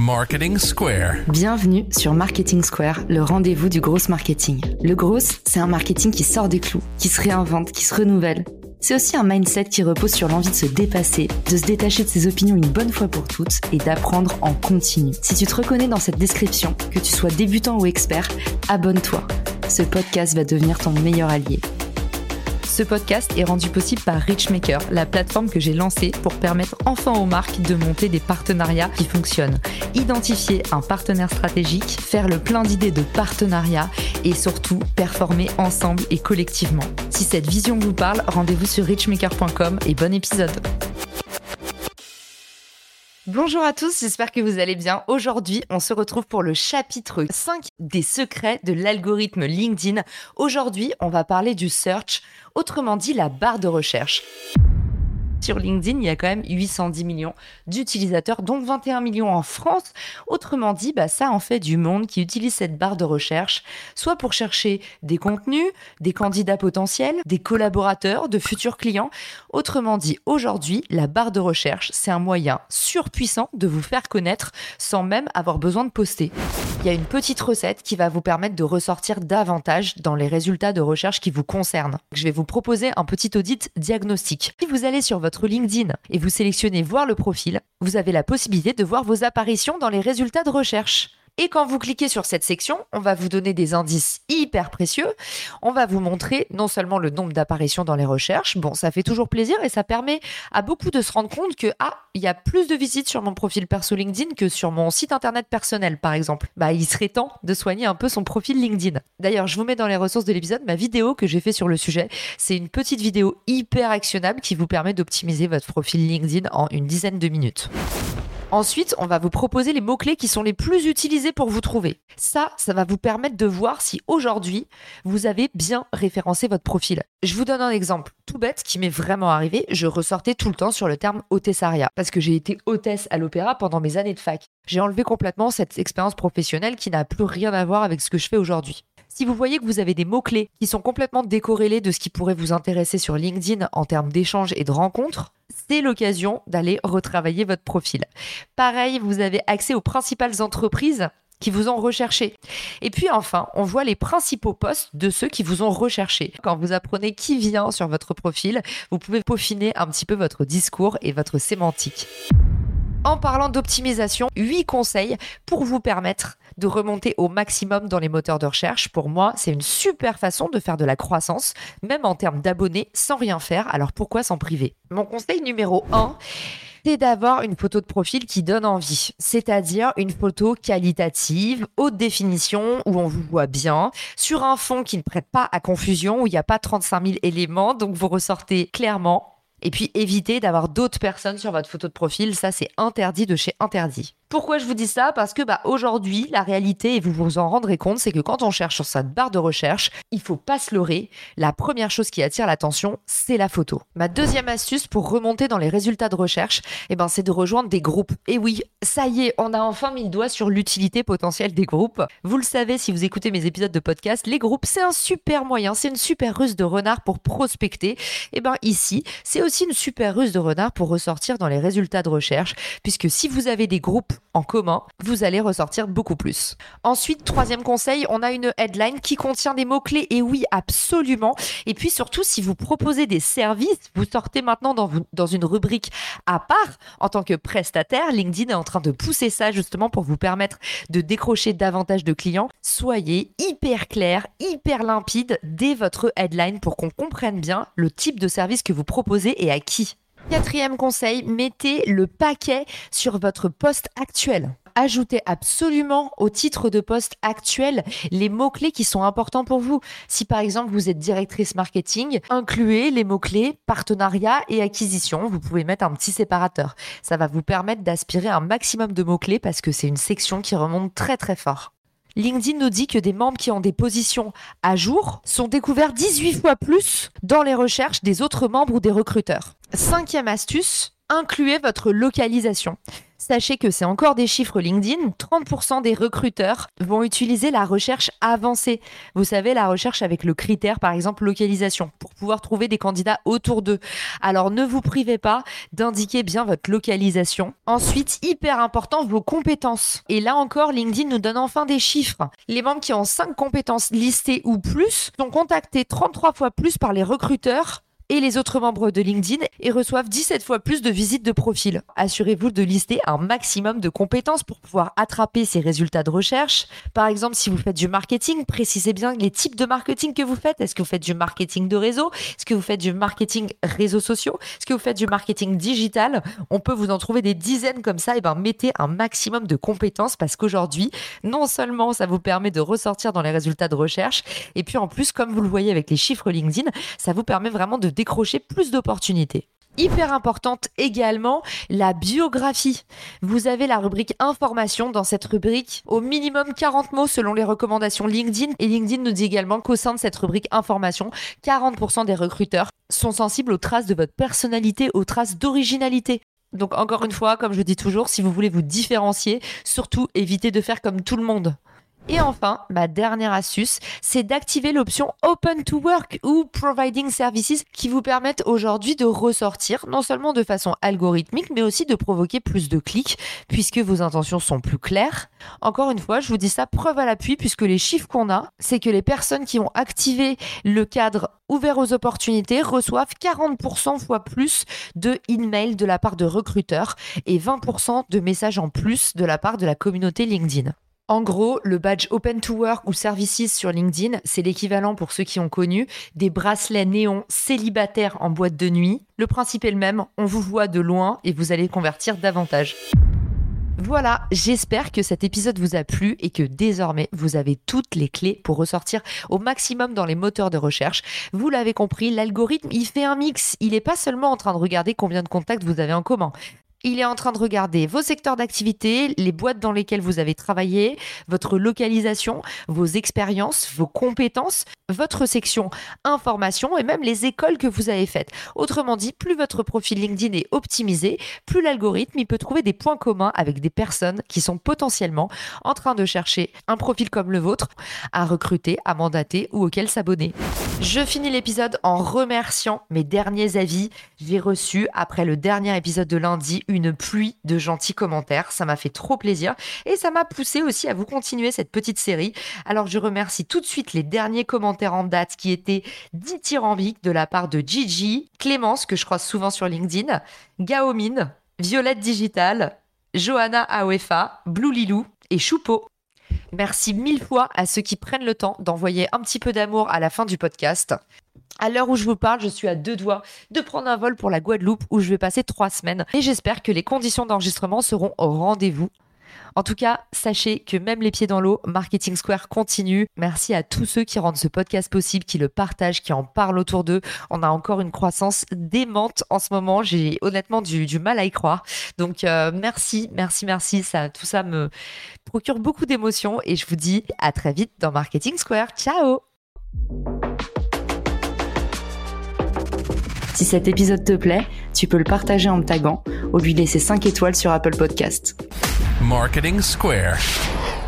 Marketing Square. Bienvenue sur Marketing Square, le rendez-vous du gros marketing. Le gros, c'est un marketing qui sort des clous, qui se réinvente, qui se renouvelle. C'est aussi un mindset qui repose sur l'envie de se dépasser, de se détacher de ses opinions une bonne fois pour toutes et d'apprendre en continu. Si tu te reconnais dans cette description, que tu sois débutant ou expert, abonne-toi. Ce podcast va devenir ton meilleur allié. Ce podcast est rendu possible par Richmaker, la plateforme que j'ai lancée pour permettre enfin aux marques de monter des partenariats qui fonctionnent. Identifier un partenaire stratégique, faire le plein d'idées de partenariat et surtout performer ensemble et collectivement. Si cette vision vous parle, rendez-vous sur richmaker.com et bon épisode. Bonjour à tous, j'espère que vous allez bien. Aujourd'hui, on se retrouve pour le chapitre 5 des secrets de l'algorithme LinkedIn. Aujourd'hui, on va parler du search, autrement dit la barre de recherche. Sur LinkedIn, il y a quand même 810 millions d'utilisateurs, dont 21 millions en France. Autrement dit, ça en fait du monde qui utilise cette barre de recherche, soit pour chercher des contenus, des candidats potentiels, des collaborateurs, de futurs clients. Autrement dit, aujourd'hui, la barre de recherche, c'est un moyen surpuissant de vous faire connaître sans même avoir besoin de poster. Il y a une petite recette qui va vous permettre de ressortir davantage dans les résultats de recherche qui vous concernent. Je vais vous proposer un petit audit diagnostic. Si vous allez sur votre LinkedIn et vous sélectionnez voir le profil, vous avez la possibilité de voir vos apparitions dans les résultats de recherche. Et quand vous cliquez sur cette section, on va vous donner des indices hyper précieux. On va vous montrer non seulement le nombre d'apparitions dans les recherches, ça fait toujours plaisir et ça permet à beaucoup de se rendre compte que il y a plus de visites sur mon profil perso LinkedIn que sur mon site internet personnel par exemple. Il serait temps de soigner un peu son profil LinkedIn. D'ailleurs, je vous mets dans les ressources de l'épisode ma vidéo que j'ai fait sur le sujet. C'est une petite vidéo hyper actionnable qui vous permet d'optimiser votre profil LinkedIn en une dizaine de minutes. Ensuite, on va vous proposer les mots-clés qui sont les plus utilisés pour vous trouver. Ça va vous permettre de voir si aujourd'hui, vous avez bien référencé votre profil. Je vous donne un exemple tout bête qui m'est vraiment arrivé. Je ressortais tout le temps sur le terme hôtessariat parce que j'ai été hôtesse à l'opéra pendant mes années de fac. J'ai enlevé complètement cette expérience professionnelle qui n'a plus rien à voir avec ce que je fais aujourd'hui. Si vous voyez que vous avez des mots-clés qui sont complètement décorrélés de ce qui pourrait vous intéresser sur LinkedIn en termes d'échanges et de rencontres, c'est l'occasion d'aller retravailler votre profil. Pareil, vous avez accès aux principales entreprises qui vous ont recherché. Et puis enfin, on voit les principaux posts de ceux qui vous ont recherché. Quand vous apprenez qui vient sur votre profil, vous pouvez peaufiner un petit peu votre discours et votre sémantique. En parlant d'optimisation, 8 conseils pour vous permettre de remonter au maximum dans les moteurs de recherche. Pour moi, c'est une super façon de faire de la croissance, même en termes d'abonnés, sans rien faire. Alors pourquoi s'en priver ? Mon conseil numéro 1, c'est d'avoir une photo de profil qui donne envie, c'est-à-dire une photo qualitative, haute définition, où on vous voit bien, sur un fond qui ne prête pas à confusion, où il n'y a pas 35 000 éléments, donc vous ressortez clairement. Et puis, évitez d'avoir d'autres personnes sur votre photo de profil. Ça, c'est interdit de chez interdit. Pourquoi je vous dis ça ? Parce que aujourd'hui, la réalité, et vous vous en rendrez compte, c'est que quand on cherche sur cette barre de recherche, il faut pas se leurrer. La première chose qui attire l'attention, c'est la photo. Ma deuxième astuce pour remonter dans les résultats de recherche, c'est de rejoindre des groupes. Et oui, ça y est, on a enfin mis le doigt sur l'utilité potentielle des groupes. Vous le savez, si vous écoutez mes épisodes de podcast, les groupes, c'est un super moyen, c'est une super ruse de renard pour prospecter. Ici, c'est aussi une super ruse de renard pour ressortir dans les résultats de recherche, puisque si vous avez des groupes en commun, vous allez ressortir beaucoup plus. Ensuite, troisième conseil, on a une headline qui contient des mots-clés, et oui, absolument. Et puis surtout, si vous proposez des services, vous sortez maintenant dans une rubrique à part. En tant que prestataire, LinkedIn est en train de pousser ça justement pour vous permettre de décrocher davantage de clients. Soyez hyper clair, hyper limpide dès votre headline pour qu'on comprenne bien le type de service que vous proposez et à qui. Quatrième conseil, mettez le paquet sur votre post actuel. Ajoutez absolument au titre de post actuel les mots-clés qui sont importants pour vous. Si par exemple vous êtes directrice marketing, incluez les mots-clés partenariat et acquisition. Vous pouvez mettre un petit séparateur. Ça va vous permettre d'aspirer un maximum de mots-clés parce que c'est une section qui remonte très très fort. LinkedIn nous dit que des membres qui ont des positions à jour sont découverts 18 fois plus dans les recherches des autres membres ou des recruteurs. Cinquième astuce, Incluez votre localisation. Sachez que c'est encore des chiffres LinkedIn, 30% des recruteurs vont utiliser la recherche avancée. Vous savez, la recherche avec le critère, par exemple, localisation, pour pouvoir trouver des candidats autour d'eux. Alors, ne vous privez pas d'indiquer bien votre localisation. Ensuite, hyper important, vos compétences. Et là encore, LinkedIn nous donne enfin des chiffres. Les membres qui ont 5 compétences listées ou plus sont contactés 33 fois plus par les recruteurs et les autres membres de LinkedIn et reçoivent 17 fois plus de visites de profil. Assurez-vous de lister un maximum de compétences pour pouvoir attraper ces résultats de recherche. Par exemple, si vous faites du marketing, précisez bien les types de marketing que vous faites. Est-ce que vous faites du marketing de réseau? Est-ce que vous faites du marketing réseaux sociaux? Est-ce que vous faites du marketing digital? On peut vous en trouver des dizaines comme ça. Et mettez un maximum de compétences parce qu'aujourd'hui, non seulement ça vous permet de ressortir dans les résultats de recherche, et puis en plus, comme vous le voyez avec les chiffres LinkedIn, ça vous permet vraiment de décrocher plus d'opportunités. Hyper importante également, la biographie. Vous avez la rubrique information. Dans cette rubrique, au minimum 40 mots selon les recommandations LinkedIn. Et LinkedIn nous dit également qu'au sein de cette rubrique information, 40% des recruteurs sont sensibles aux traces de votre personnalité, aux traces d'originalité. Donc encore une fois, comme je dis toujours, si vous voulez vous différencier, surtout évitez de faire comme tout le monde. Et enfin, ma dernière astuce, c'est d'activer l'option Open to Work ou Providing Services qui vous permettent aujourd'hui de ressortir non seulement de façon algorithmique, mais aussi de provoquer plus de clics puisque vos intentions sont plus claires. Encore une fois, je vous dis ça preuve à l'appui puisque les chiffres qu'on a, c'est que les personnes qui ont activé le cadre ouvert aux opportunités reçoivent 40% fois plus de emails de la part de recruteurs et 20% de messages en plus de la part de la communauté LinkedIn. En gros, le badge Open to Work ou Services sur LinkedIn, c'est l'équivalent pour ceux qui ont connu des bracelets néons célibataires en boîte de nuit. Le principe est le même, on vous voit de loin et vous allez convertir davantage. Voilà, j'espère que cet épisode vous a plu et que désormais vous avez toutes les clés pour ressortir au maximum dans les moteurs de recherche. Vous l'avez compris, l'algorithme, il fait un mix. Il n'est pas seulement en train de regarder combien de contacts vous avez en commun. Il est en train de regarder vos secteurs d'activité, les boîtes dans lesquelles vous avez travaillé, votre localisation, vos expériences, vos compétences, votre section information et même les écoles que vous avez faites. Autrement dit, plus votre profil LinkedIn est optimisé, plus l'algorithme il peut trouver des points communs avec des personnes qui sont potentiellement en train de chercher un profil comme le vôtre à recruter, à mandater ou auquel s'abonner. Je finis l'épisode en remerciant mes derniers avis. J'ai reçu, après le dernier épisode de lundi, une pluie de gentils commentaires. Ça m'a fait trop plaisir et ça m'a poussé aussi à vous continuer cette petite série. Alors je remercie tout de suite les derniers commentaires en date qui étaient dithyrambiques de la part de Gigi, Clémence que je croise souvent sur LinkedIn, Gaomine, Violette Digital, Johanna Aoefa, Blue Lilou et Choupeau. Merci 1000 fois à ceux qui prennent le temps d'envoyer un petit peu d'amour à la fin du podcast. À l'heure où je vous parle, je suis à 2 doigts de prendre un vol pour la Guadeloupe où je vais passer 3 semaines. Et j'espère que les conditions d'enregistrement seront au rendez-vous. En tout cas, sachez que même les pieds dans l'eau, Marketing Square continue. Merci à tous ceux qui rendent ce podcast possible, qui le partagent, qui en parlent autour d'eux. On a encore une croissance démente en ce moment. J'ai honnêtement du mal à y croire. Donc merci. Tout ça me procure beaucoup d'émotions et je vous dis à très vite dans Marketing Square. Ciao! Si cet épisode te plaît, tu peux le partager en me taguant ou lui laisser 5 étoiles sur Apple Podcasts. Marketing Square.